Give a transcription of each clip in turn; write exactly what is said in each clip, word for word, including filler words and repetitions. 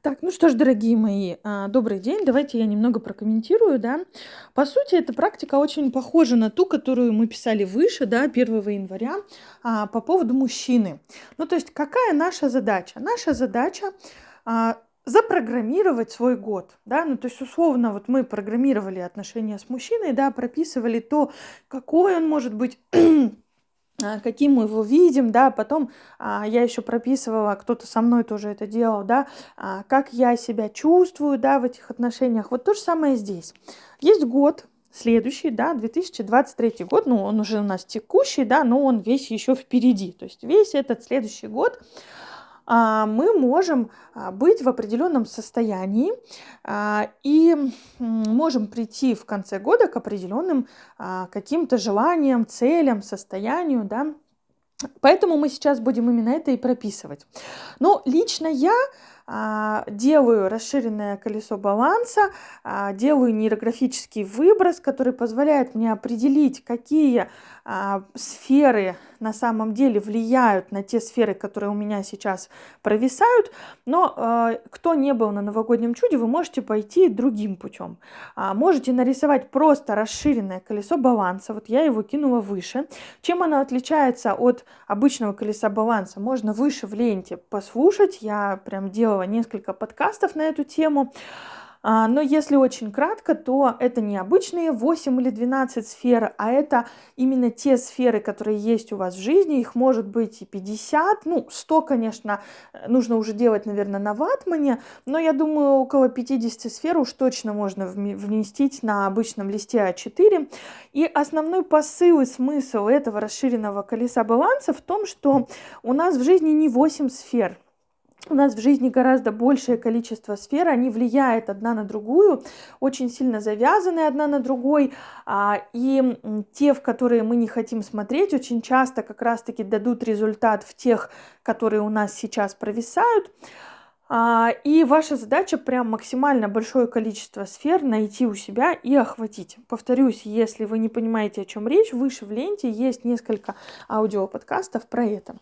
Так, ну что ж, дорогие мои, а, добрый день. Давайте я немного прокомментирую, да. По сути, эта практика очень похожа на ту, которую мы писали выше, да, первого января, а, по поводу мужчины. Ну, то есть, какая наша задача? Наша задача а, запрограммировать свой год, да, ну, то есть, условно, вот мы программировали отношения с мужчиной, да, прописывали то, какой он может быть, а, каким мы его видим, да, потом а, я еще прописывала, кто-то со мной тоже это делал, да, а, как я себя чувствую, да, в этих отношениях. Вот то же самое здесь. Есть год следующий, да, две тысячи двадцать третий год, ну, он уже у нас текущий, да, но он весь еще впереди. То есть весь этот следующий год а, мы можем а, быть в определенном состоянии а, и м, можем прийти в конце года к определенным а, каким-то желаниям, целям, состоянию, да. Поэтому мы сейчас будем именно это и прописывать. Но лично я а, делаю расширенное колесо баланса, а, делаю нейрографический выброс, который позволяет мне определить, какие а, сферы на самом деле влияют на те сферы, которые у меня сейчас провисают. Но а, кто не был на новогоднем чуде, вы можете пойти другим путем. А, можете нарисовать просто расширенное колесо баланса. Вот я его кинула выше. Чем оно отличается от обычного колеса баланса? Можно выше в ленте послушать. Я прям делала несколько подкастов на эту тему. А, Но если очень кратко, то это не обычные восемь или двенадцать сфер, а это именно те сферы, которые есть у вас в жизни. Их может быть и пятьдесят, ну, сто, конечно, нужно уже делать, наверное, на ватмане, но я думаю, около пятьдесят сфер уж точно можно вме- вместить на обычном листе а четыре. И основной посыл и смысл этого расширенного колеса баланса в том, что у нас в жизни не восемь сфер. У нас в жизни гораздо большее количество сфер, они влияют одна на другую, очень сильно завязаны одна на другой, а, и м, те, в которые мы не хотим смотреть, очень часто как раз-таки дадут результат в тех, которые у нас сейчас провисают. А, И ваша задача прям максимально большое количество сфер найти у себя и охватить. Повторюсь, если вы не понимаете, о чем речь, выше в ленте есть несколько аудиоподкастов про это.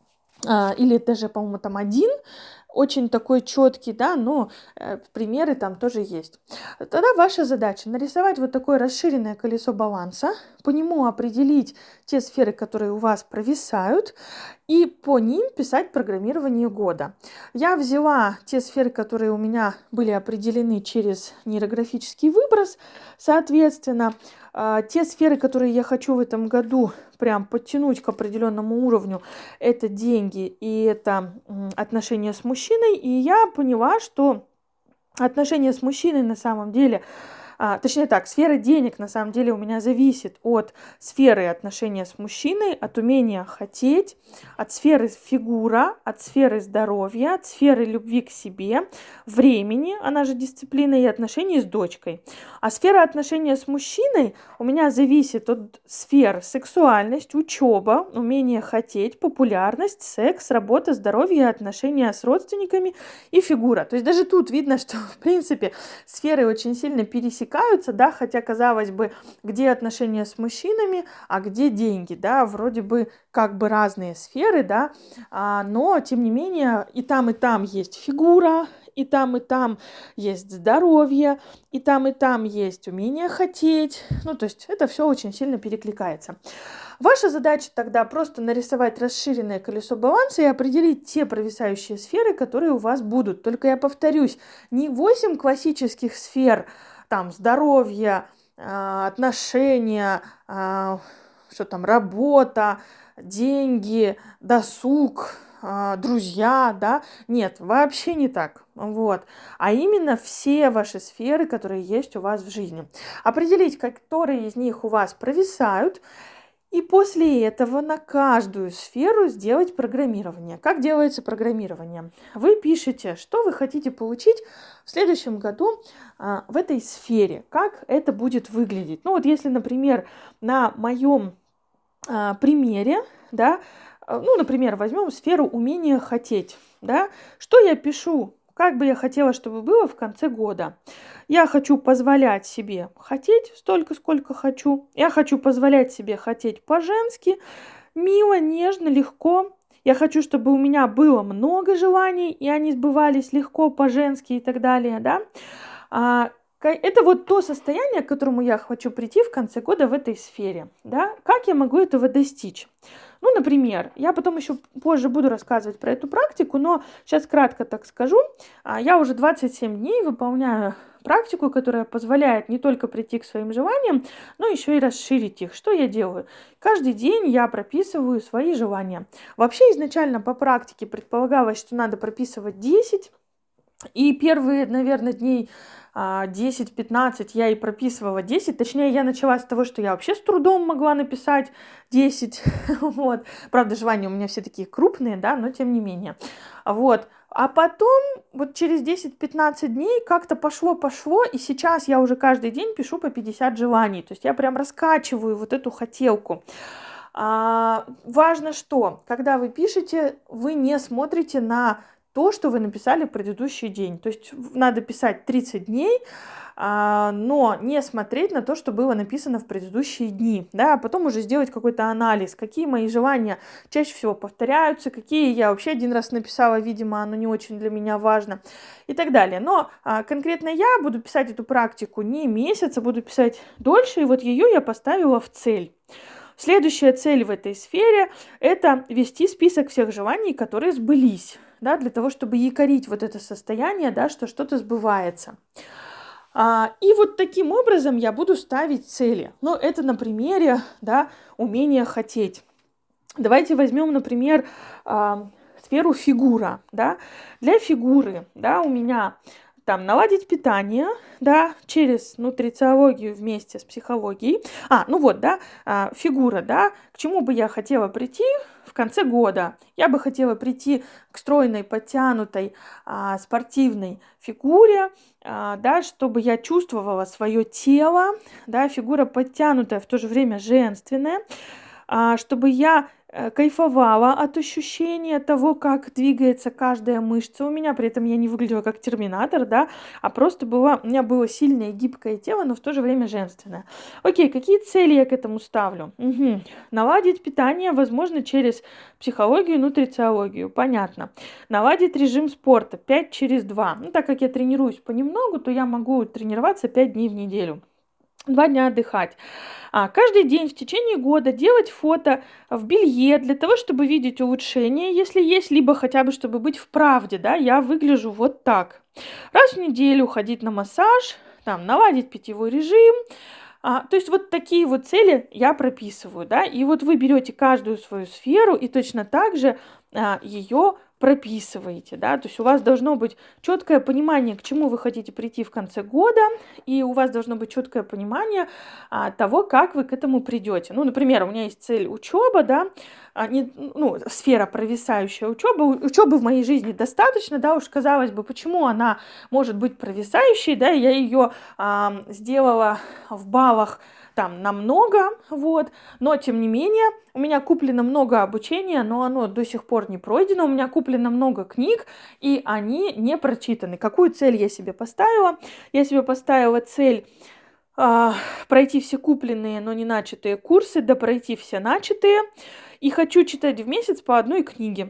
А, или даже, по-моему, там один, очень такой четкий, да, но э, примеры там тоже есть. Тогда ваша задача нарисовать вот такое расширенное колесо баланса, по нему определить те сферы, которые у вас провисают, и по ним писать программирование года. Я взяла те сферы, которые у меня были определены через нейрографический выброс, соответственно, а, те сферы, которые я хочу в этом году прям подтянуть к определенному уровню, это деньги и это м, отношения с мужчиной. И я поняла, что отношения с мужчиной на самом деле, а, точнее так, сфера денег на самом деле у меня зависит от сферы отношения с мужчиной, от умения хотеть, от сферы фигура, от сферы здоровья, от сферы любви к себе, времени, она же дисциплина, и отношений с дочкой. А сфера отношения с мужчиной у меня зависит от сфер сексуальность, учеба, умение хотеть, популярность, секс, работа, здоровье, отношения с родственниками и фигура. То есть даже тут видно, что в принципе сферы очень сильно пересекаются, да, хотя, казалось бы, где отношения с мужчинами, а где деньги, да, вроде бы как бы разные сферы, да, а, но, тем не менее, и там, и там есть фигура, и там, и там есть здоровье, и там, и там есть умение хотеть, ну, то есть это все очень сильно перекликается. Ваша задача тогда просто нарисовать расширенное колесо баланса и определить те провисающие сферы, которые у вас будут. Только я повторюсь, не восемь классических сфер, там, здоровье, а, отношения, а, что там, работа, деньги, досуг, а, друзья, да, нет, вообще не так, вот, а именно все ваши сферы, которые есть у вас в жизни. Определить, которые из них у вас провисают, и после этого на каждую сферу сделать программирование. Как делается программирование? Вы пишете, что вы хотите получить в следующем году а, в этой сфере, как это будет выглядеть. Ну вот если, например, на моем а, примере, да, а, ну, например, возьмем сферу умения хотеть, да, что я пишу, как бы я хотела, чтобы было в конце года. Я хочу позволять себе хотеть столько, сколько хочу. Я хочу позволять себе хотеть по-женски, мило, нежно, легко. я хочу, чтобы у меня было много желаний, и они сбывались легко, по-женски и так далее, да. А, это вот то состояние, к которому я хочу прийти в конце года в этой сфере, да. Как я могу этого достичь? Ну, например, я потом еще позже буду рассказывать про эту практику, но сейчас кратко так скажу. Я уже двадцать семь дней выполняю практику, которая позволяет не только прийти к своим желаниям, но еще и расширить их. Что я делаю? Каждый день я прописываю свои желания. Вообще изначально по практике предполагалось, что надо прописывать десять, и первые, наверное, дней десять-пятнадцать я и прописывала десять, точнее, я начала с того, что я вообще с трудом могла написать десять, вот, правда, желания у меня все такие крупные, да, но тем не менее, вот, а потом, вот через десять-пятнадцать дней как-то пошло-пошло, и сейчас я уже каждый день пишу по пятьдесят желаний, то есть я прям раскачиваю вот эту хотелку. А, важно, что, когда вы пишете, вы не смотрите на то, что вы написали в предыдущий день. То есть надо писать тридцать дней, но не смотреть на то, что было написано в предыдущие дни. Да? А потом уже сделать какой-то анализ, какие мои желания чаще всего повторяются, какие я вообще один раз написала, видимо, оно не очень для меня важно и так далее. Но конкретно я буду писать эту практику не месяц, а буду писать дольше, и вот ее я поставила в цель. Следующая цель в этой сфере – это вести список всех желаний, которые сбылись, да, для того, чтобы якорить вот это состояние, да, что что-то сбывается. А, и вот таким образом я буду ставить цели. Ну, это на примере, да, умения хотеть. Давайте возьмем, например, а, сферу фигура, да. Для фигуры, да, у меня там наладить питание, да, через нутрициологию вместе с психологией. А, ну вот, да, фигура, да, к чему бы я хотела прийти в конце года? Я бы хотела прийти к стройной, подтянутой, а, спортивной фигуре, а, да, чтобы я чувствовала свое тело, да, фигура подтянутая, в то же время женственная, а, чтобы я кайфовала от ощущения того, как двигается каждая мышца у меня, при этом я не выглядела как терминатор, да, а просто была, у меня было сильное гибкое тело, но в то же время женственное. Окей, какие цели я к этому ставлю? Угу. Наладить питание, возможно, через психологию, нутрициологию, понятно. Наладить режим спорта пять через два. Ну, так как я тренируюсь понемногу, то я могу тренироваться пять дней в неделю. Два дня отдыхать. А, каждый день в течение года делать фото в белье для того, чтобы видеть улучшения, если есть, либо хотя бы, чтобы быть в правде, да, я выгляжу вот так. Раз в неделю ходить на массаж, там, наладить питьевой режим. А, то есть вот такие вот цели я прописываю, да, и вот вы берете каждую свою сферу и точно так же а, ее прописываете, да, то есть у вас должно быть четкое понимание, к чему вы хотите прийти в конце года, и у вас должно быть четкое понимание а, того, как вы к этому придете. Ну, например, у меня есть цель учеба, да, а, не, ну, сфера провисающая учеба, учебы в моей жизни достаточно, да, уж казалось бы, почему она может быть провисающей, да, я ее а, сделала в баллах там намного, вот, но тем не менее у меня куплено много обучения, но оно до сих пор не пройдено, у меня куплено много книг, и они не прочитаны. Какую цель я себе поставила? Я себе поставила цель э, пройти все купленные, но не начатые курсы, да пройти все начатые, и хочу читать в месяц по одной книге.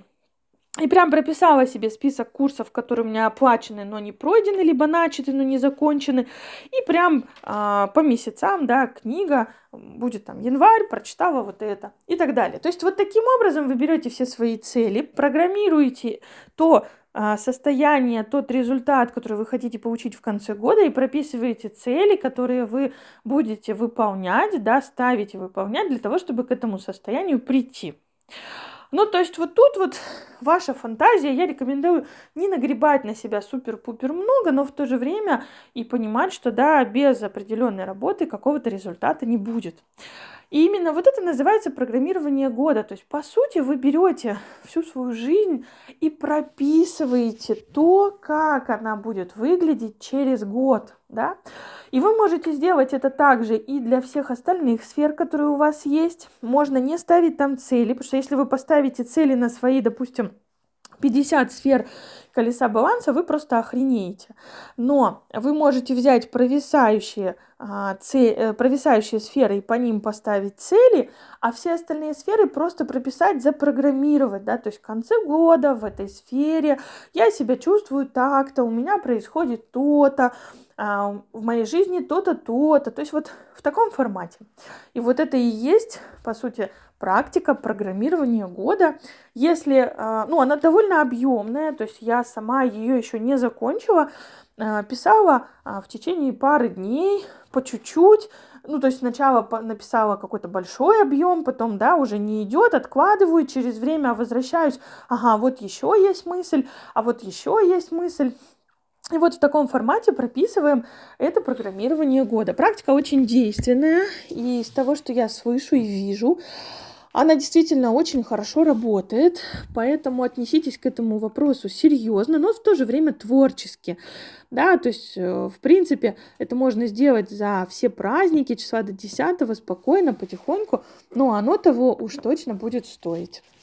И прям прописала себе список курсов, которые у меня оплачены, но не пройдены, либо начаты, но не закончены. И прям а, по месяцам, да, книга, будет там январь, прочитала вот это и так далее. То есть вот таким образом вы берете все свои цели, программируете то а, состояние, тот результат, который вы хотите получить в конце года, и прописываете цели, которые вы будете выполнять, да, ставите выполнять для того, чтобы к этому состоянию прийти. Ну, то есть вот тут вот ваша фантазия, я рекомендую не нагребать на себя супер-пупер много, но в то же время и понимать, что да, без определенной работы какого-то результата не будет. И именно вот это называется программирование года. То есть, по сути, вы берете всю свою жизнь и прописываете то, как она будет выглядеть через год, да? И вы можете сделать это также и для всех остальных сфер, которые у вас есть. Можно не ставить там цели, потому что если вы поставите цели на свои, допустим, пятьдесят сфер колеса баланса, вы просто охренеете. Но вы можете взять провисающие, а, цель, э, провисающие сферы и по ним поставить цели, а все остальные сферы просто прописать, запрограммировать, да, то есть в конце года в этой сфере я себя чувствую так-то, у меня происходит то-то, а, в моей жизни то-то, то-то, то есть вот в таком формате. И вот это и есть, по сути, практика программирования года. Если, ну, она довольно объемная, то есть я сама ее еще не закончила, писала в течение пары дней по чуть-чуть. Ну, то есть сначала написала какой-то большой объем, потом, да, уже не идет, откладываю, через время возвращаюсь, ага, вот еще есть мысль, а вот еще есть мысль. И вот в таком формате прописываем это программирование года. Практика очень действенная, и из того, что я слышу и вижу, она действительно очень хорошо работает, поэтому отнеситесь к этому вопросу серьезно, но в то же время творчески. Да, то есть, в принципе, это можно сделать за все праздники, числа до десятого, спокойно, потихоньку, но оно того уж точно будет стоить.